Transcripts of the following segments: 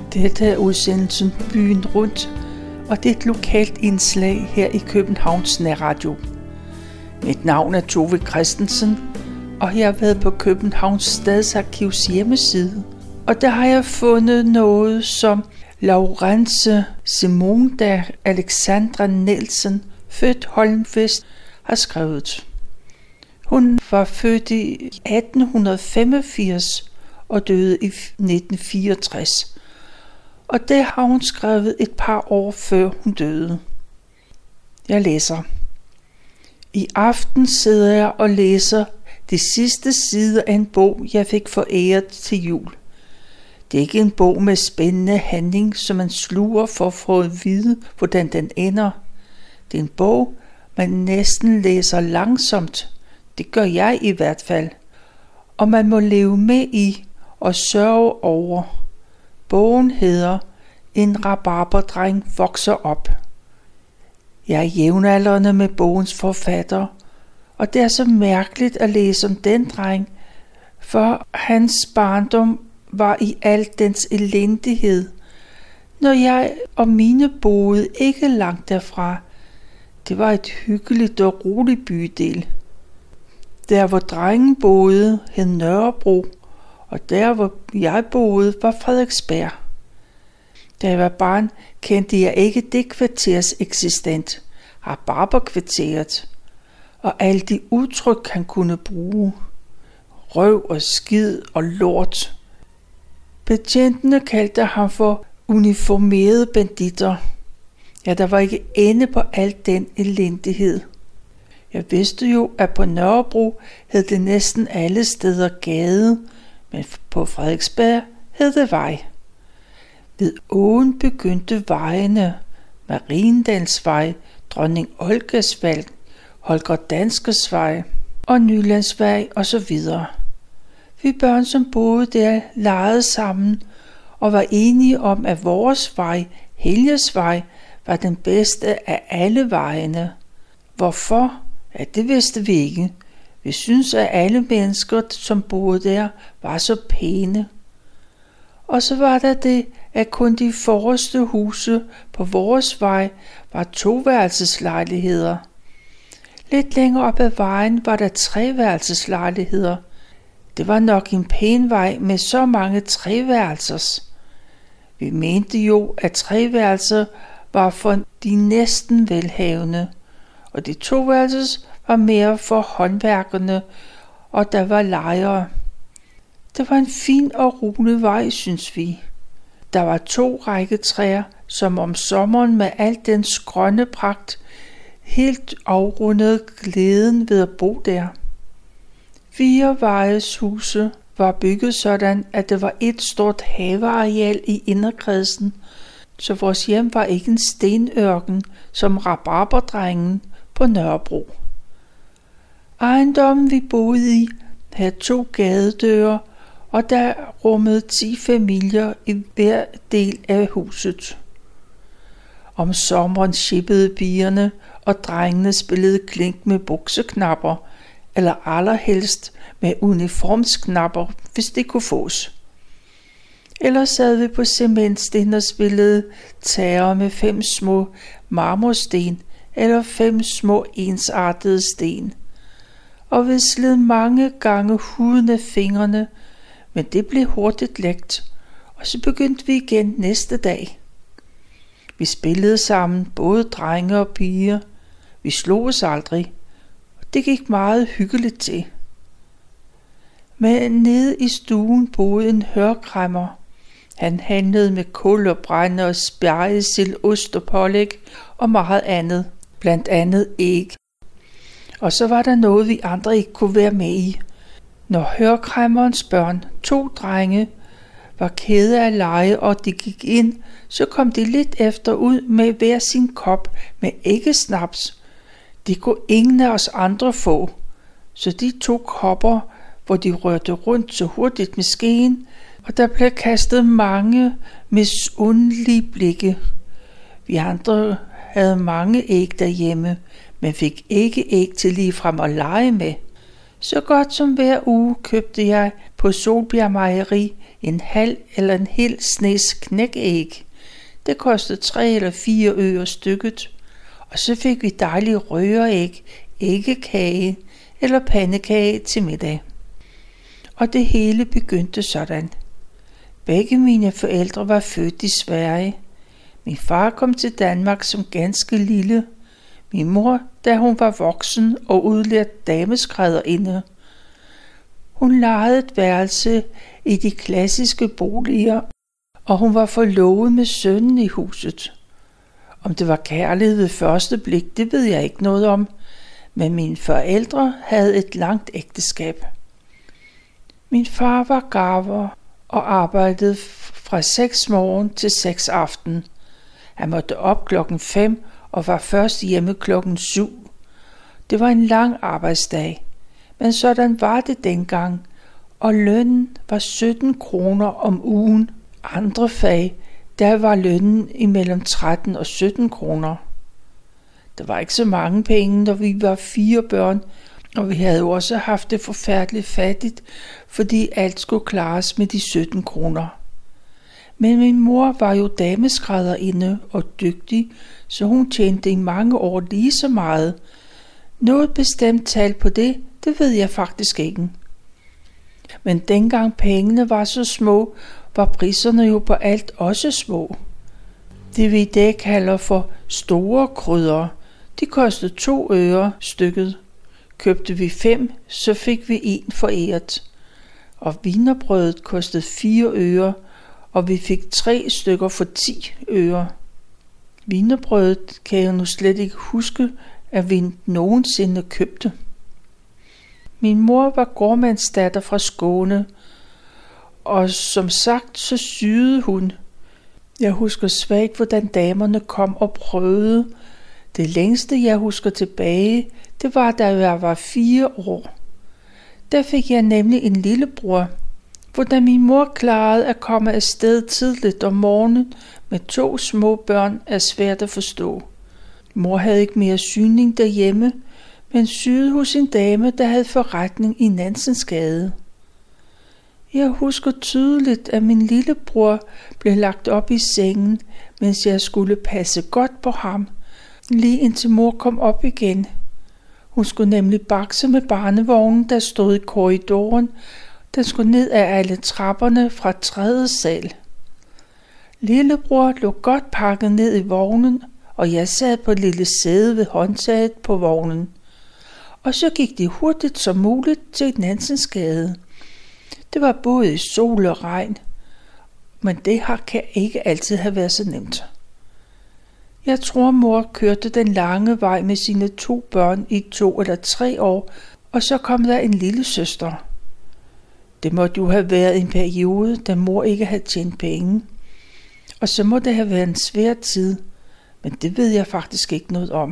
Dette er udsendelsen Byen Rundt, og det er et lokalt indslag her i Københavns Nærradio. Mit navn er Tove Christensen, og jeg har været på Københavns Stadsarkivs hjemmeside. Og der har jeg fundet noget, som Laurence Simonda Alexandra Nielsen, født Holmqvist, har skrevet. Hun var født i 1885 og døde i 1964. Og det har hun skrevet et par år før hun døde. Jeg læser. I aften sidder jeg og læser de sidste sider af en bog, jeg fik foræret til jul. Det er ikke en bog med spændende handling, som man sluger for at få at vide, hvordan den ender. Det er en bog, man næsten læser langsomt. Det gør jeg i hvert fald. Og man må leve med i og sørge over. Bogen hedder En rabarberdreng vokser op. Jeg er jævnaldrende med bogens forfatter, og det er så mærkeligt at læse om den dreng, for hans barndom var i al dens elendighed, når jeg og mine boede ikke langt derfra. Det var et hyggeligt og roligt bydel. Der hvor drengen boede hed Nørrebro, og der hvor jeg boede var Frederiksberg. Da jeg var barn, kendte jeg ikke det kvarters eksistent, rabarberkvarteret, og alle de udtryk han kunne bruge. Røv og skid og lort. Betjentene kaldte ham for uniformerede banditter. Ja, der var ikke ende på al den elendighed. Jeg vidste jo, at på Nørrebro hed det næsten alle steder gade, men på Frederiksberg hed det vej. Ved åen begyndte vejene, Mariendalsvej, Dronning Olgas Vej, Holger Danskers Vej og Nylandsvej osv. Vi børn, som boede der, legede sammen og var enige om, at vores vej, Helges Vej, var den bedste af alle vejene. Hvorfor? Ja, det vidste vi ikke. Vi syntes, at alle mennesker, som boede der, var så pæne. Og så var der det, at kun de forreste huse på vores vej var toværelseslejligheder. Lidt længere op ad vejen var der treværelseslejligheder. Det var nok en pæn vej med så mange treværelsers. Vi mente jo, at treværelser var for de næsten velhavende, og de toværelses var mere for håndværkerne, og der var lejere. Det var en fin og rolig vej, synes vi. Der var 2 rækketræer, som om sommeren med al dens grønne pragt helt afrundede glæden ved at bo der. 4 vejes huse var bygget sådan, at det var et stort haveareal i inderkredsen, så vores hjem var ikke en stenørken som rabarberdrengen på Nørrebro. Ejendommen vi boede i havde 2 gadedøre, og der rummede 10 familier i hver del af huset. Om sommeren shippede pigerne, og drengene spillede klink med bukseknapper, eller allerhelst med uniformsknapper, hvis det kunne fås. Ellers sad vi på cementsten og spillede terror med 5 små marmorsten eller 5 små ensartede sten. Og vi sled mange gange huden af fingrene, men det blev hurtigt lægt, og så begyndte vi igen næste dag. Vi spillede sammen, både drenge og piger. Vi slog os aldrig, og det gik meget hyggeligt til. Men nede i stuen boede en hørkræmmer. Han handlede med kul og brænde og spjegesild, ost og pålæg og meget andet, blandt andet æg. Og så var der noget, vi andre ikke kunne være med i. Når hørkræmmerens børn, 2 drenge, var kede af lege, og de gik ind, så kom de lidt efter ud med hver sin kop med æggesnaps. Det kunne ingen af os andre få, så de 2 kopper, hvor de rørte rundt så hurtigt med skeen, og der blev kastet mange misundelige blikke. Vi andre havde mange æg derhjemme, men fik ikke æg til ligefrem at lege med. Så godt som hver uge købte jeg på Solbjerg Mejeri en halv eller en hel snes knækæg. Det kostede 3 eller 4 øre stykket. Og så fik vi dejlige røræg, æggekage eller pandekage til middag. Og det hele begyndte sådan. Begge mine forældre var født i Sverige. Min far kom til Danmark som ganske lille. Min mor, da hun var voksen og udlært dameskrædderinde. Hun lejede et værelse i de klassiske boliger, og hun var forlovet med sønnen i huset. Om det var kærlighed ved første blik, det ved jeg ikke noget om, men mine forældre havde et langt ægteskab. Min far var garver og arbejdede fra 6 morgen til 6 aften. Han måtte op 5:00 og var først hjemme 7:00. Det var en lang arbejdsdag, men sådan var det dengang, og lønnen var 17 kroner om ugen. Andre fag, der var lønnen imellem 13 og 17 kroner. Der var ikke så mange penge, når vi var 4 børn, og vi havde også haft det forfærdeligt fattigt, fordi alt skulle klares med de 17 kroner. Men min mor var jo dameskrædderinde og dygtig, så hun tjente i mange år lige så meget. Noget bestemt tal på det ved jeg faktisk ikke. Men dengang pengene var så små, var priserne jo på alt også små. Det vi i dag kalder for store krydder, de kostede 2 øre stykket. Købte vi 5, så fik vi 1 foræret. Og wienerbrødet kostede 4 øre, og vi fik 3 stykker for 10 øre. Wienerbrødet kan jeg nu slet ikke huske, at vi nogensinde købte. Min mor var gårdmandsdatter fra Skåne, og som sagt, så syede hun. Jeg husker svagt, hvordan damerne kom og prøvede. Det længste, jeg husker tilbage, det var, da jeg var 4 år. Der fik jeg nemlig en lillebror. Hvordan min mor klarede at komme afsted tidligt om morgenen med 2 små børn er svært at forstå. Mor havde ikke mere syning derhjemme, men syede hos en dame, der havde forretning i Nansensgade. Jeg husker tydeligt, at min lillebror blev lagt op i sengen, mens jeg skulle passe godt på ham, lige indtil mor kom op igen. Hun skulle nemlig bakse med barnevognen, der stod i korridoren. Den skulle ned af alle trapperne fra 3. sal. Lillebror lå godt pakket ned i vognen, og jeg sad på et lille sæde ved håndtaget på vognen. Og så gik de hurtigt som muligt til Nansensgade. Det var både i sol og regn, men det kan ikke altid have været så nemt. Jeg tror, mor kørte den lange vej med sine 2 børn i 2 eller 3 år, og så kom der en lille søster. Det måtte jo have været en periode, da mor ikke havde tjent penge. Og så må det have været en svær tid, men det ved jeg faktisk ikke noget om.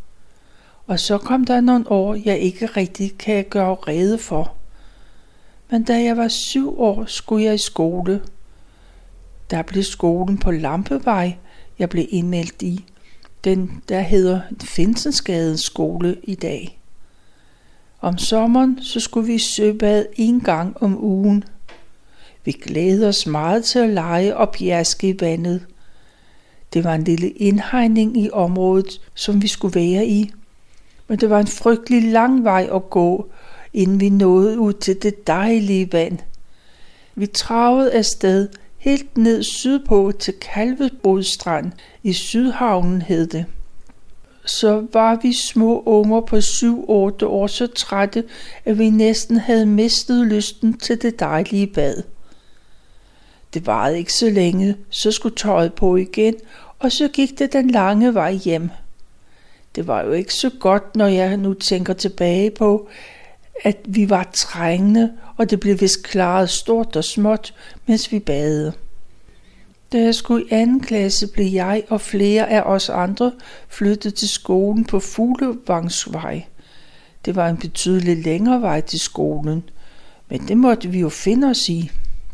Og så kom der nogle år, jeg ikke rigtig kan gøre rede for. Men da jeg var 7 år, skulle jeg i skole. Der blev skolen på Lampevej, jeg blev indmeldt i. Den, der hedder Finsensgades skole i dag. Om sommeren, så skulle vi i søbad 1 gang om ugen. Vi glædede os meget til at lege og pjaske i vandet. Det var en lille indhegning i området, som vi skulle være i. Men det var en frygtelig lang vej at gå, inden vi nåede ud til det dejlige vand. Vi travede afsted helt ned sydpå til Kalvebodstrand i Sydhavnen hed det. Så var vi små unger på 7-8 år så trætte, at vi næsten havde mistet lysten til det dejlige bad. Det varede ikke så længe, så skulle tøjet på igen, og så gik det den lange vej hjem. Det var jo ikke så godt, når jeg nu tænker tilbage på, at vi var trængende, og det blev vist klaret stort og småt, mens vi badede. Da jeg skulle i 2. klasse, blev jeg og flere af os andre flyttet til skolen på Fuglevangsvej. Det var en betydelig længere vej til skolen, men det måtte vi jo finde os i.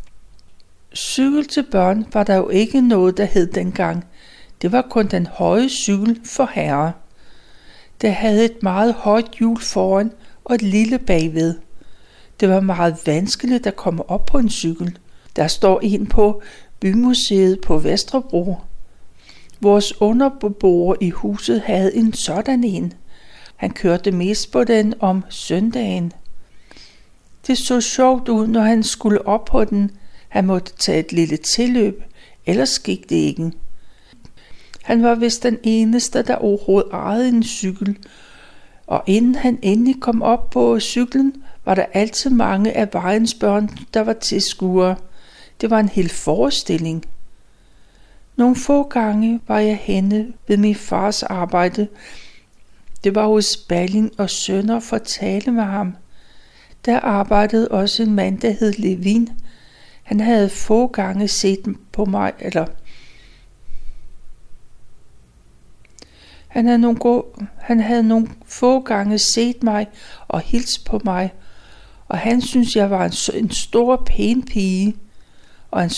Cykel til børn var der jo ikke noget, der hed dengang. Det var kun den høje cykel for herrer. Der havde et meget højt hjul foran og et lille bagved. Det var meget vanskeligt at komme op på en cykel. Der står en på Bymuseet på Vesterbro. Vores underbeboer i huset havde en sådan en. Han kørte mest på den om søndagen. Det så sjovt ud, når han skulle op på den. Han måtte tage et lille tilløb, ellers gik det ikke. Han var vist den eneste, der overhovedet ejede en cykel, og inden han endelig kom op på cyklen, var der altid mange af vejens børn, der var tilskuere. Det var en hel forestilling. Nogle få gange var jeg henne ved min fars arbejde. Det var hos Balling og Sønner for at tale med ham. Der arbejdede også en mand, der hed Levin. Han havde få gange set på mig, Han havde nogle få gange set mig og hilst på mig, og han syntes, jeg var en stor, pæn pige. Og han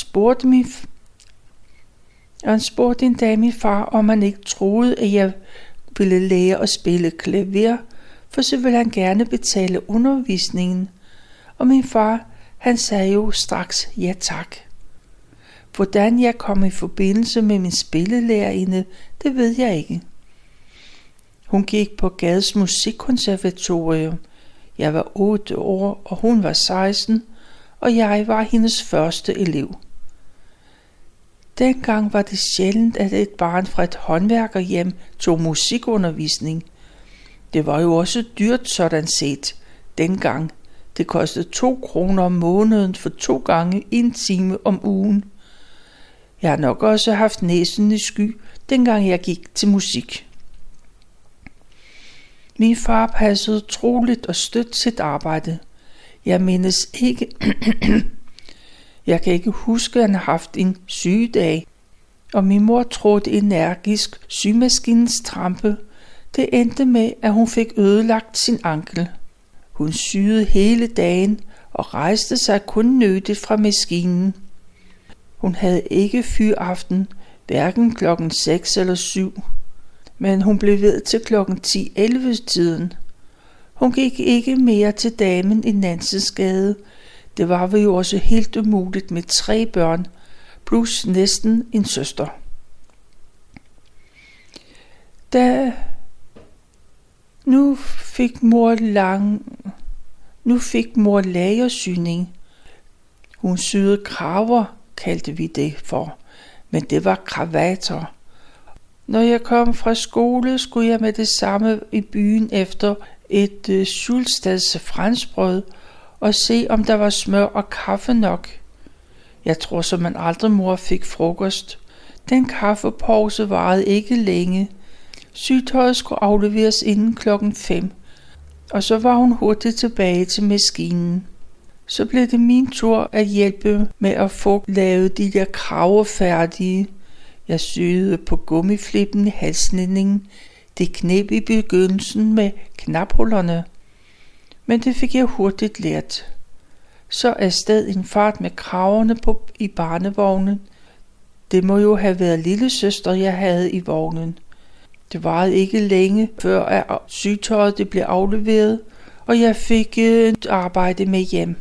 spurgte en dag min far, om han ikke troede, at jeg ville lære at spille klaver, for så ville han gerne betale undervisningen. Og min far, han sagde jo straks ja tak. Hvordan jeg kom i forbindelse med min spillelærerinde, det ved jeg ikke. Hun gik på Gades Musikkonservatorium. Jeg var 8 år, og hun var 16, og jeg var hendes første elev. Dengang var det sjældent, at et barn fra et håndværkerhjem tog musikundervisning. Det var jo også dyrt sådan set dengang. Det kostede 2 kroner om måneden for 2 gange 1 time om ugen. Jeg har nok også haft næsen i sky, dengang jeg gik til musik. Min far passede troligt og stødt sit arbejde. Jeg mindes ikke. Jeg kan ikke huske, at han har haft en sygedag. Og min mor trådte energisk sygemaskinens trampe. Det endte med, at hun fik ødelagt sin ankel. Hun syede hele dagen og rejste sig kun nødigt fra maskinen. Hun havde ikke fyraften, hverken klokken 6 eller 7. Men hun blev ved til klokken 10-11 tiden. Hun gik ikke mere til damen i Nansensgade. Det var jo også helt umuligt med 3 børn, plus næsten en søster. Nu fik mor lagersyning. Hun syede kraver, kaldte vi det for, men det var kravater. Når jeg kom fra skole, skulle jeg med det samme i byen efter et Schulstads franskbrød og se, om der var smør og kaffe nok. Jeg tror, så man aldrig mor fik frokost. Den kaffepause varede ikke længe. Sygtøjet skulle afleveres inden klokken 5, og så var hun hurtigt tilbage til maskinen. Så blev det min tur at hjælpe med at få lavet de der kraver færdige. Jeg syede på gummiflippen i halslændingen. Det kneb i begyndelsen med knaphullerne, men det fik jeg hurtigt lært. Så afsted en fart med kraverne i barnevognen. Det må jo have været lille søster, jeg havde i vognen. Det varede ikke længe, før at sygtøjet det blev afleveret, og jeg fik arbejde med hjem.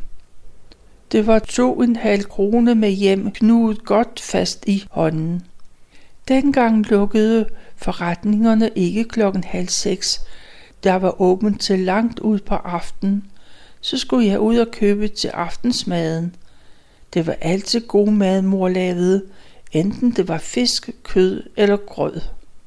Det var 2,5 kroner med hjem, knudet godt fast i hånden. Dengang lukkede forretningerne ikke 5:30. Der var åbent til langt ud på aftenen. Så skulle jeg ud og købe til aftensmaden. Det var altid god mad, mor lavede, enten det var fisk, kød eller grød.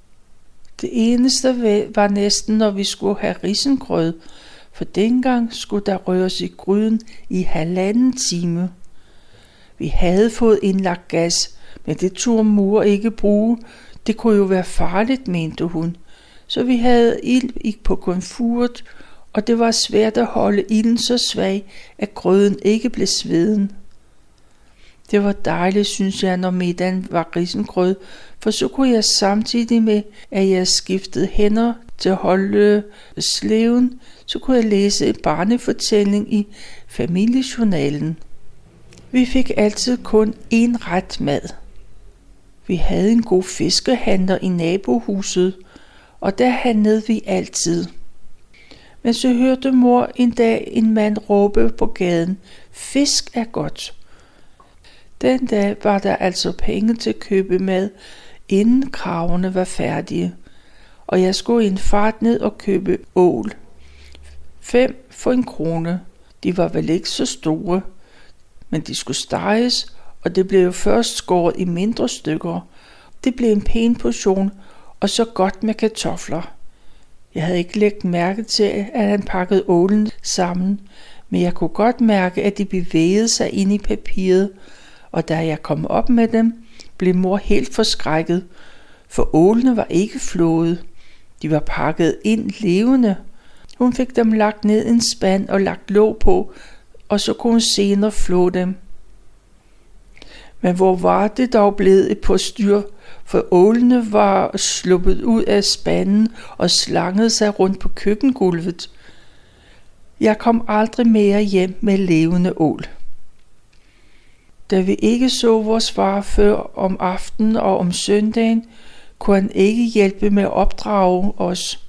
Det eneste var næsten, når vi skulle have risengrød, for dengang skulle der røres i gryden i 1,5 time. Vi havde fået indlagt gas, men det turde mor ikke bruge. Det kunne jo være farligt, mente hun. Så vi havde ild på komfuret, og det var svært at holde ilden så svag, at grøden ikke blev sveden. Det var dejligt, synes jeg, når middagen var risengrød, for så kunne jeg samtidig med, at jeg skiftede hænder til at holde sleven, så kunne jeg læse en barnefortælling i familiejournalen. Vi fik altid kun 1 ret mad. Vi havde en god fiskehandler i nabohuset, og der handlede vi altid. Men så hørte mor en dag en mand råbe på gaden: fisk er godt. Den dag var der altså penge til at købe mad, inden kravene var færdige, og jeg skulle i en fart ned og købe ål. 5 for 1 krone. De var vel ikke så store, men de skulle steges, og det blev jo først skåret i mindre stykker. Det blev en pæn portion, og så godt med kartofler. Jeg havde ikke lagt mærke til, at han pakkede ålen sammen, men jeg kunne godt mærke, at de bevægede sig ind i papiret, og da jeg kom op med dem, blev mor helt forskrækket, for ålene var ikke flået. De var pakket ind levende. Hun fik dem lagt ned i en spand og lagt låg på, og så kunne hun senere flå dem. Men hvor var det dog blevet et postyr, for ålene var sluppet ud af spanden og slangede sig rundt på køkkengulvet. Jeg kom aldrig mere hjem med levende ål. Da vi ikke så vores far før om aftenen og om søndagen, kunne han ikke hjælpe med at opdrage os.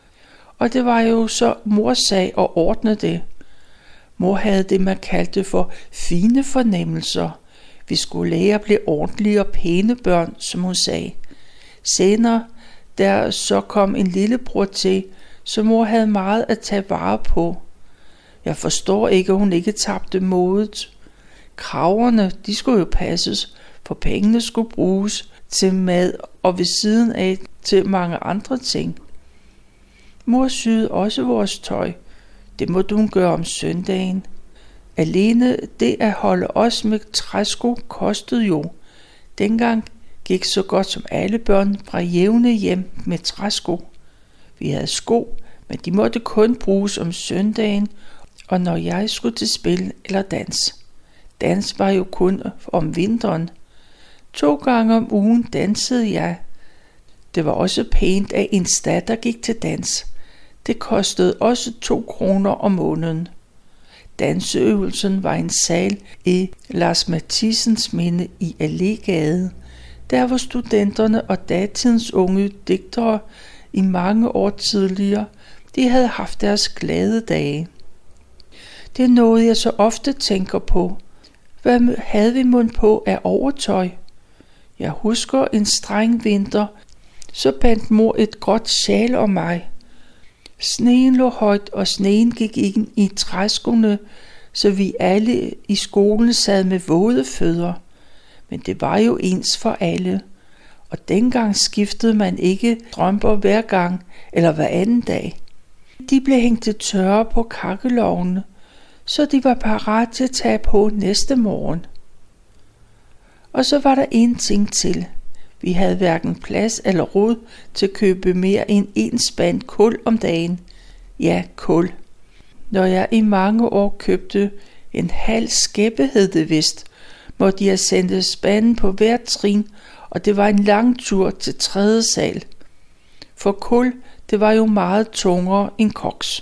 Og det var jo så mors sag at ordne det. Mor havde det, man kaldte for fine fornemmelser. Vi skulle lære at blive ordentlige og pæne børn, som hun sagde. Senere, der så kom en lillebror til, så mor havde meget at tage vare på. Jeg forstår ikke, at hun ikke tabte modet. Kraverne, de skulle jo passes, for pengene skulle bruges til mad og ved siden af til mange andre ting. Mor syede også vores tøj. Det måtte hun gøre om søndagen. Alene det at holde os med træsko kostede jo. Dengang gik så godt som alle børn fra jævne hjem med træsko. Vi havde sko, men de måtte kun bruges om søndagen, og når jeg skulle til spil eller dans. Dans var jo kun om vinteren. 2 gange om ugen dansede jeg. Det var også pænt, at en datter gik til dans. Det kostede også 2 kroner om måneden. Danseøvelsen var en sal i Lars Mathissens Minde i Allégade, der hvor studenterne og datidens unge digtere i mange år tidligere, de havde haft deres glade dage. Det er noget, jeg så ofte tænker på. Hvad havde vi mund på af overtøj? Jeg husker en streng vinter, så bandt mor et gråt sjal om mig. Sneen lå højt, og sneen gik ind i træskoene, så vi alle i skolen sad med våde fødder. Men det var jo ens for alle, og dengang skiftede man ikke strømper hver gang eller hver anden dag. De blev hængt til tørre på kakkelovnene, så de var parat til at tage på næste morgen. Og så var der en ting til. Vi havde hverken plads eller råd til at købe mere end 1 spand kul om dagen. Ja, kul. Når jeg i mange år købte en halv skæppe, hed det vist, måtte jeg sende spanden på hvert trin, og det var en lang tur til 3. sal. For kul, det var jo meget tungere end koks.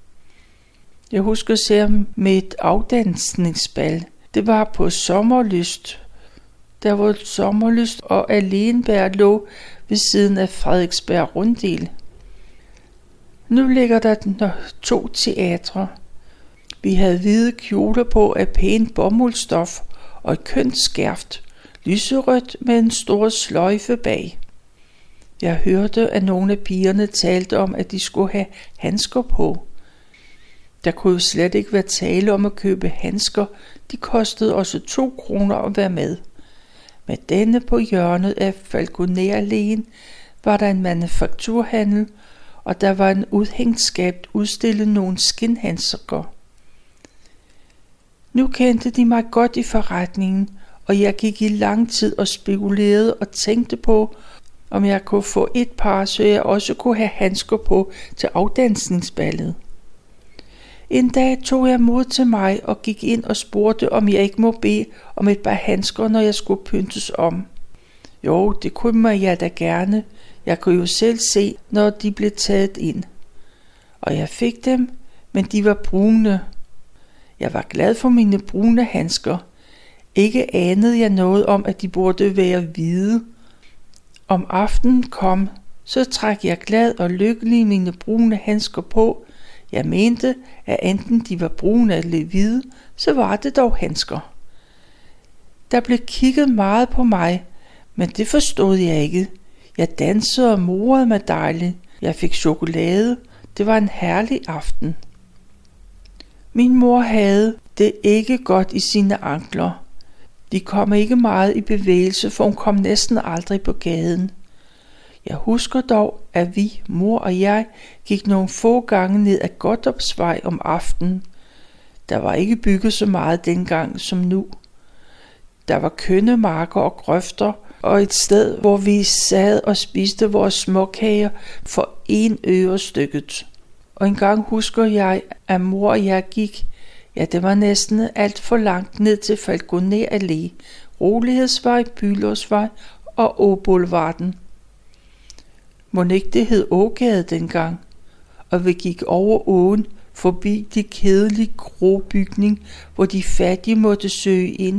Jeg husker selv med et afdansningsbal. Det var på Sommerlyst. Der var Sommerlyst, og Alenberg lå ved siden af Frederiksberg Runddel. Nu ligger der 2 teatre. Vi havde hvide kjoler på af pænt bomuldsstof og et kønt skærft, lyserødt med en stor sløjfe bag. Jeg hørte, at nogle af pigerne talte om, at de skulle have handsker på. Der kunne jo slet ikke være tale om at købe handsker. De kostede også 2 kroner at være med. Med denne på hjørnet af Falconer-Alléen var der en manufakturhandel, og der var en udhængskab udstillet nogle skinhandsker. Nu kendte de mig godt i forretningen, og jeg gik i lang tid og spekulerede og tænkte på, om jeg kunne få et par, så jeg også kunne have handsker på til afdansningsballet. En dag tog jeg mod til mig og gik ind og spurgte, om jeg ikke må bede om et par handsker, når jeg skulle pyntes om. Jo, det kunne jeg da gerne. Jeg kunne jo selv se, når de blev taget ind. Og jeg fik dem, men de var brune. Jeg var glad for mine brune handsker. Ikke anede jeg noget om, at de burde være hvide. Om aftenen kom, så trak jeg glad og lykkelig mine brune handsker på. Jeg mente, at enten de var brune eller hvide, så var det dog handsker. Der blev kigget meget på mig, men det forstod jeg ikke. Jeg dansede og morede mig dejligt. Jeg fik chokolade. Det var en herlig aften. Min mor havde det ikke godt i sine ankler. De kom ikke meget i bevægelse, for hun kom næsten aldrig på gaden. Jeg husker dog, at vi, mor og jeg, gik nogle få gange ned ad Godthåbsvej om aftenen. Der var ikke bygget så meget dengang som nu. Der var kønne marker og grøfter, og et sted, hvor vi sad og spiste vores småkager for 1 øre stykket. Og engang husker jeg, at mor og jeg gik, ja, det var næsten alt for langt ned til Falconer Allé, Rolighedsvej, Bülowsvej og Åboulevarden. Mon ikke det hed Ågade dengang, og vi gik over åen forbi de kedelige grå bygning, hvor de fattige måtte søge ind.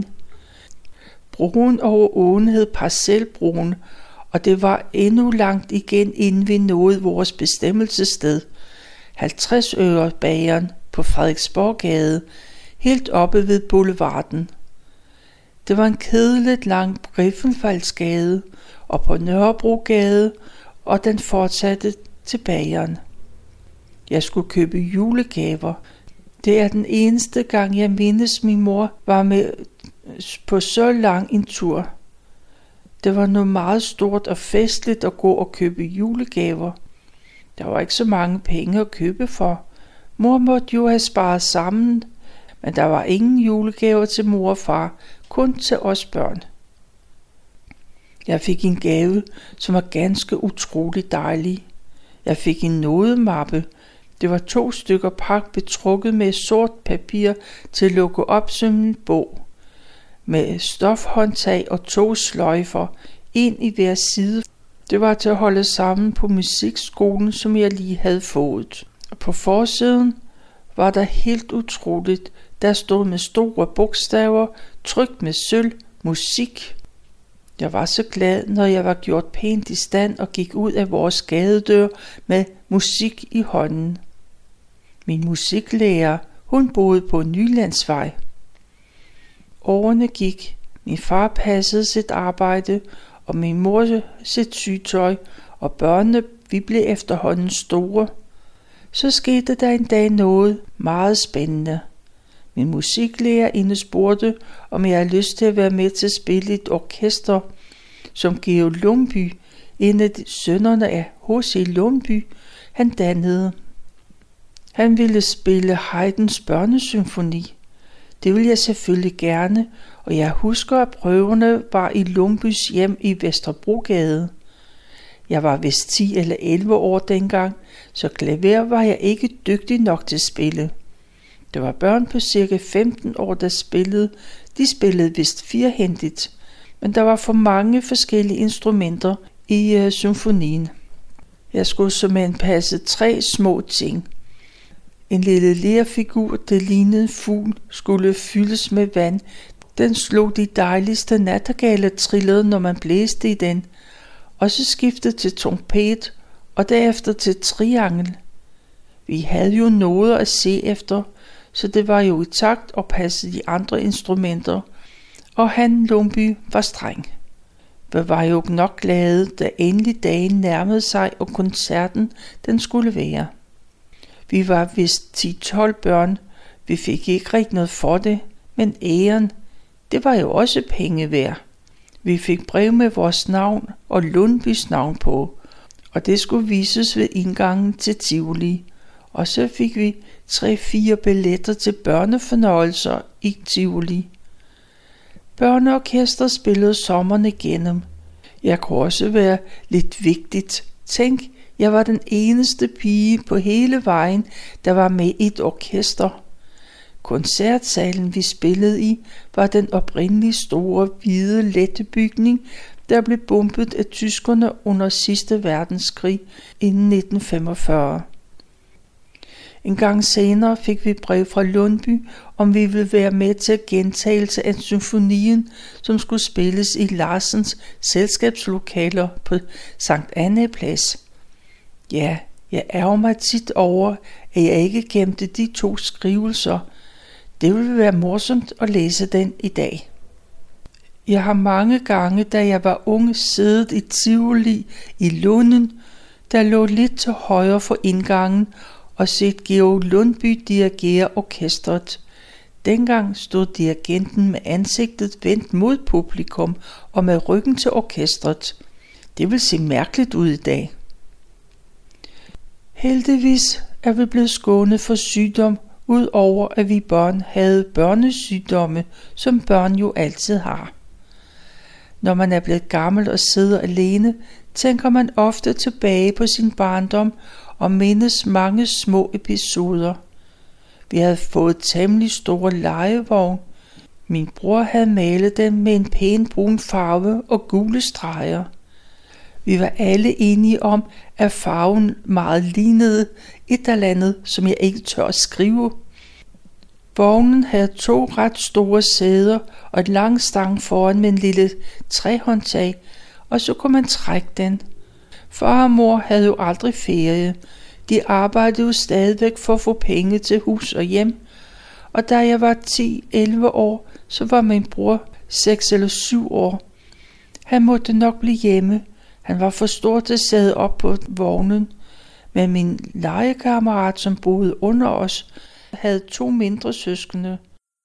Broen over åen hed Parcelbroen, og det var endnu langt igen, inden vi nåede vores bestemmelsessted, 50 øre bageren på Frederiksborggade, helt oppe ved Boulevarden. Det var en kedeligt lang Griffenfaldsgade, og på Nørrebrogade, og den fortsatte til bageren. Jeg skulle købe julegaver. Det er den eneste gang, jeg mindes, min mor var med på så lang en tur. Det var noget meget stort og festligt at gå og købe julegaver. Der var ikke så mange penge at købe for. Mor måtte jo have sparet sammen, men der var ingen julegaver til mor og far, kun til os børn. Jeg fik en gave, som var ganske utrolig dejlig. Jeg fik en nodemappe. Det var 2 stykker pap betrukket med sort papir til at lukke op som en bog. Med stofhåndtag og 2 sløjfer, en i hver side. Det var til at holde sammen på musikskolen, som jeg lige havde fået. Og på forsiden var der helt utroligt. Der stod med store bogstaver, trykt med sølv, musik. Jeg var så glad, når jeg var gjort pænt i stand og gik ud af vores gadedør med musik i hånden. Min musiklærer, hun boede på Nylandsvej. Årene gik. Min far passede sit arbejde, og min mor sit sygtøj, og børnene, vi blev efterhånden store. Så skete der en dag noget meget spændende. Min musiklærer spurgte, om jeg havde lyst til at være med til at spille et orkester, som Georg Lundby, en af sønnerne af H.C. Lundby, han dannede. Han ville spille Haydns børnesymfoni. Det ville jeg selvfølgelig gerne, og jeg husker, at prøverne var i Lundbys hjem i Vesterbrogade. Jeg var vist 10 eller 11 år dengang, så klaver var jeg ikke dygtig nok til at spille. Der var børn på cirka 15 år, der spillede. De spillede vist firhændigt, men der var for mange forskellige instrumenter i symfonien. Jeg skulle såmænd passe 3 små ting. En lille lerfigur, der lignede en fugl, skulle fyldes med vand. Den slog de dejligste nattergaler trillede, når man blæste i den. Og så skiftede til trompet, og derefter til triangel. Vi havde jo noget at se efter, så det var jo i takt og passede de andre instrumenter, og han Lundby var streng. Vi var jo nok glade, da endelig dagen nærmede sig, og koncerten den skulle være. Vi var vist 10-12 børn. Vi fik ikke rigtig noget for det, men æren, det var jo også penge værd. Vi fik brev med vores navn og Lundbys navn på, og det skulle vises ved indgangen til Tivoli. Og så fik vi 3-4 billetter til børnefornøjelser i Tivoli. Børneorkester spillede sommeren igennem. Jeg kunne også være lidt vigtigt. Tænk, jeg var den eneste pige på hele vejen, der var med i et orkester. Koncertsalen, vi spillede i, var den oprindelige store, hvide, lette bygning, der blev bombet af tyskerne under sidste verdenskrig inden 1945. En gang senere fik vi brev fra Lundby, om vi ville være med til gentagelse af symfonien, som skulle spilles i Larsens selskabslokaler på Sankt Anna Plads. Ja, jeg ærger mig tit over, at jeg ikke gemte de 2 skrivelser. Det ville være morsomt at læse den i dag. Jeg har mange gange, da jeg var ung, siddet i Tivoli i Lunden, der lå lidt til højre for indgangen, og set Georg Lundby dirigere orkestret. Dengang stod dirigenten med ansigtet vendt mod publikum og med ryggen til orkestret. Det vil se mærkeligt ud i dag. Heldigvis er vi blevet skånet for sygdom, udover at vi børn havde børnesygdomme, som børn jo altid har. Når man er blevet gammel og sidder alene, tænker man ofte tilbage på sin barndom og mindes mange små episoder. Vi havde fået temmelig store legevogn. Min bror havde malet dem med en pæn brun farve og gule streger. Vi var alle enige om, at farven meget lignede et eller andet, som jeg ikke tør at skrive. Vognen havde 2 ret store sæder og et lang stang foran med en lille træhåndtag, og så kunne man trække den. Far og mor havde jo aldrig ferie. De arbejdede jo stadigvæk for at få penge til hus og hjem, og da jeg var 10-11 år, så var min bror 6 eller 7 år. Han måtte nok blive hjemme. Han var for stor til at sidde op på vognen, men min legekammerat, som boede under os, havde 2 mindre søskende.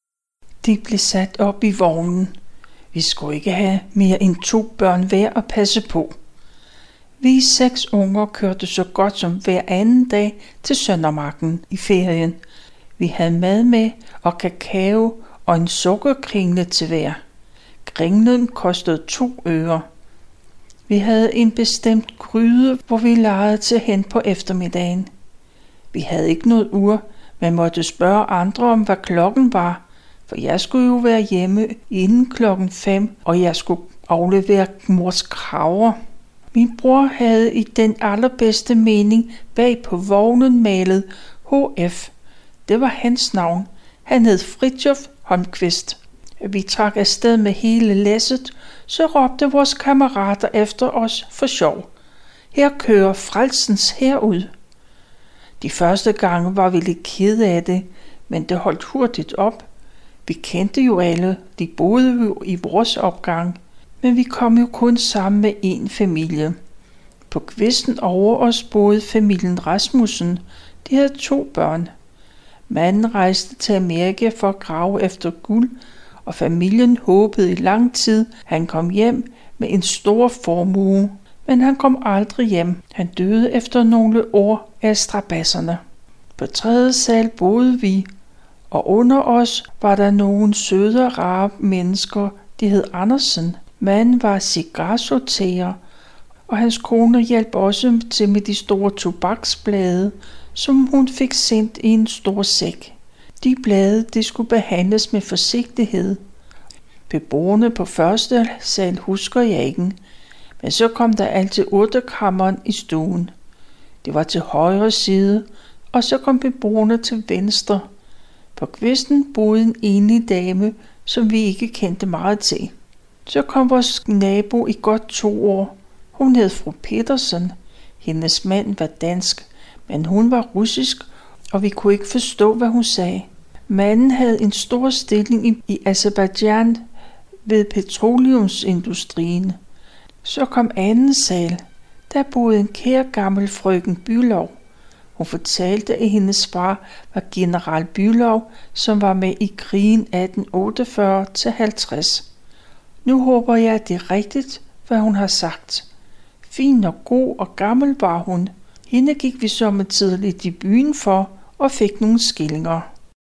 De blev sat op i vognen. Vi skulle ikke have mere end 2 børn hver at passe på. Vi 6 unger kørte så godt som hver anden dag til Søndermarken i ferien. Vi havde mad med og kakao og en sukkerkringle til hver. Kringlen kostede 2 øre. Vi havde en bestemt gryde, hvor vi legede til hen på eftermiddagen. Vi havde ikke noget ur, men måtte spørge andre om, hvad klokken var, for jeg skulle jo være hjemme inden 5:00, og jeg skulle aflevere mors kraver. Min bror havde i den allerbedste mening bag på vognen malet HF. Det var hans navn. Han hed Fridtjof Holmqvist. Vi trak afsted med hele læsset, så råbte vores kammerater efter os for sjov. Her kører frelsens hær ud. De første gange var vi lidt kede af det, men det holdt hurtigt op. Vi kendte jo alle, de boede jo i vores opgang, men vi kom jo kun sammen med en familie. På kvisten over os boede familien Rasmussen. De havde 2 børn. Manden rejste til Amerika for at grave efter guld, og familien håbede i lang tid, han kom hjem med en stor formue. Men han kom aldrig hjem. Han døde efter nogle år af strabasserne. På 3. sal boede vi, og under os var der nogle søde og rare mennesker, de hed Andersen. Manden var cigarsorterer, og hans kone hjalp også til med de store tobaksblade, som hun fik sendt i en stor sæk. De blade, de skulle behandles med forsigtighed. Beboerne på 1. sal husker jeg ikke, men så kom der altid urtekammeren i stuen. Det var til højre side, og så kom beboerne til venstre. På kvisten boede en enlig dame, som vi ikke kendte meget til. Så kom vores nabo i godt 2 år. Hun hed fru Petersen. Hendes mand var dansk, men hun var russisk, og vi kunne ikke forstå, hvad hun sagde. Manden havde en stor stilling i Aserbajdsjan ved petroleumsindustrien. Så kom 2. sal. Der boede en kær gammel frøken Bylov. Hun fortalte, at hendes far var general Bylov, som var med i krigen 1848-50. Nu håber jeg, at det er rigtigt, hvad hun har sagt. Fin og god og gammel var hun. Hende gik vi sommetider lidt i byen for og fik nogle skillinger.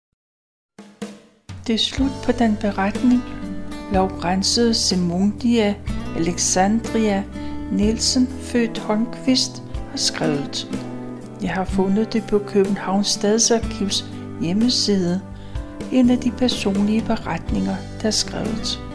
Det er slut på den beretning. Laurence Simondia Alexandria Nielsen, født Holmqvist, har skrevet. Jeg har fundet det på Københavns Stadsarkivs hjemmeside. En af de personlige beretninger, der er skrevet.